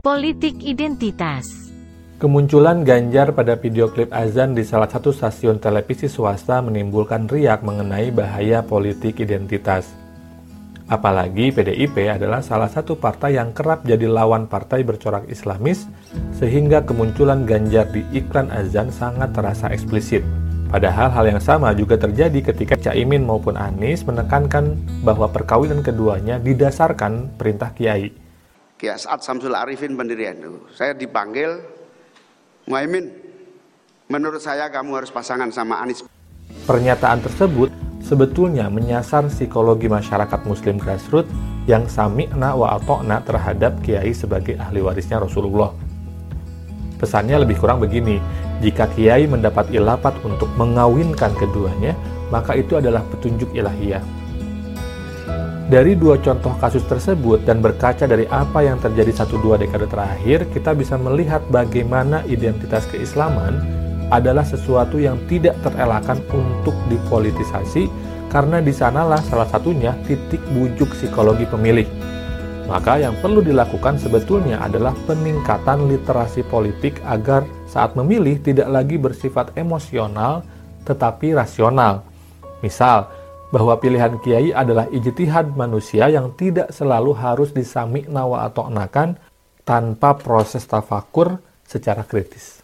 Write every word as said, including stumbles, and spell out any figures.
Politik identitas. Kemunculan Ganjar pada video klip azan di salah satu stasiun televisi swasta menimbulkan riak mengenai bahaya politik identitas. Apalagi P D I P adalah salah satu partai yang kerap jadi lawan partai bercorak Islamis, sehingga kemunculan Ganjar di iklan azan sangat terasa eksplisit. Padahal hal yang sama juga terjadi ketika Caimin maupun Anies menekankan bahwa perkawinan keduanya didasarkan perintah Kiai. Kiai Saad Samsul Arifin pendirian itu. Saya dipanggil, Muhaimin, menurut saya kamu harus pasangan sama Anies. Pernyataan tersebut sebetulnya menyasar psikologi masyarakat muslim grassroots yang sami'na wa ata'na terhadap Kiai sebagai ahli warisnya Rasulullah. Pesannya lebih kurang begini, jika Kiai mendapat ilafat untuk mengawinkan keduanya, maka itu adalah petunjuk ilahiyah. Dari dua contoh kasus tersebut dan berkaca dari apa yang terjadi satu dua dekade terakhir, kita bisa melihat bagaimana identitas keislaman adalah sesuatu yang tidak terelakkan untuk dipolitisasi, karena di sanalah salah satunya titik bujuk psikologi pemilih. Maka yang perlu dilakukan sebetulnya adalah peningkatan literasi politik agar saat memilih tidak lagi bersifat emosional tetapi rasional. Misal, bahwa pilihan kiai adalah ijtihad manusia yang tidak selalu harus disami'na wa ata'nakan tanpa proses tafakur secara kritis.